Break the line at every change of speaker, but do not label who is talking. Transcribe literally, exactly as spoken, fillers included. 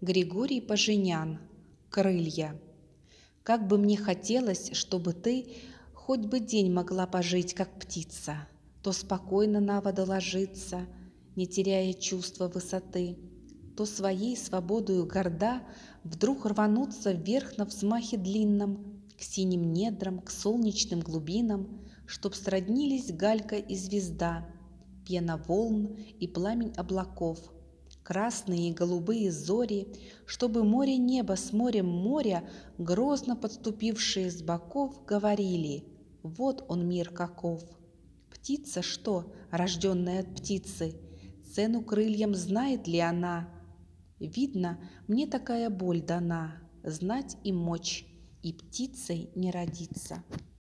Григорий Поженян. Крылья. Как бы мне хотелось, чтобы ты хоть бы день могла пожить, как птица, то спокойно на воду ложиться, не теряя чувства высоты, то своей свободою горда вдруг рвануться вверх на взмахе длинном, к синим недрам, к солнечным глубинам, чтоб сроднились галька и звезда, пена волн и пламень облаков, красные и голубые зори, чтобы море небо с морем моря, грозно подступившие с боков, говорили: вот он мир каков. Птица что, рожденная от птицы, цену крыльям знает ли она? Видно, мне такая боль дана, знать и мочь, и птицей не родиться.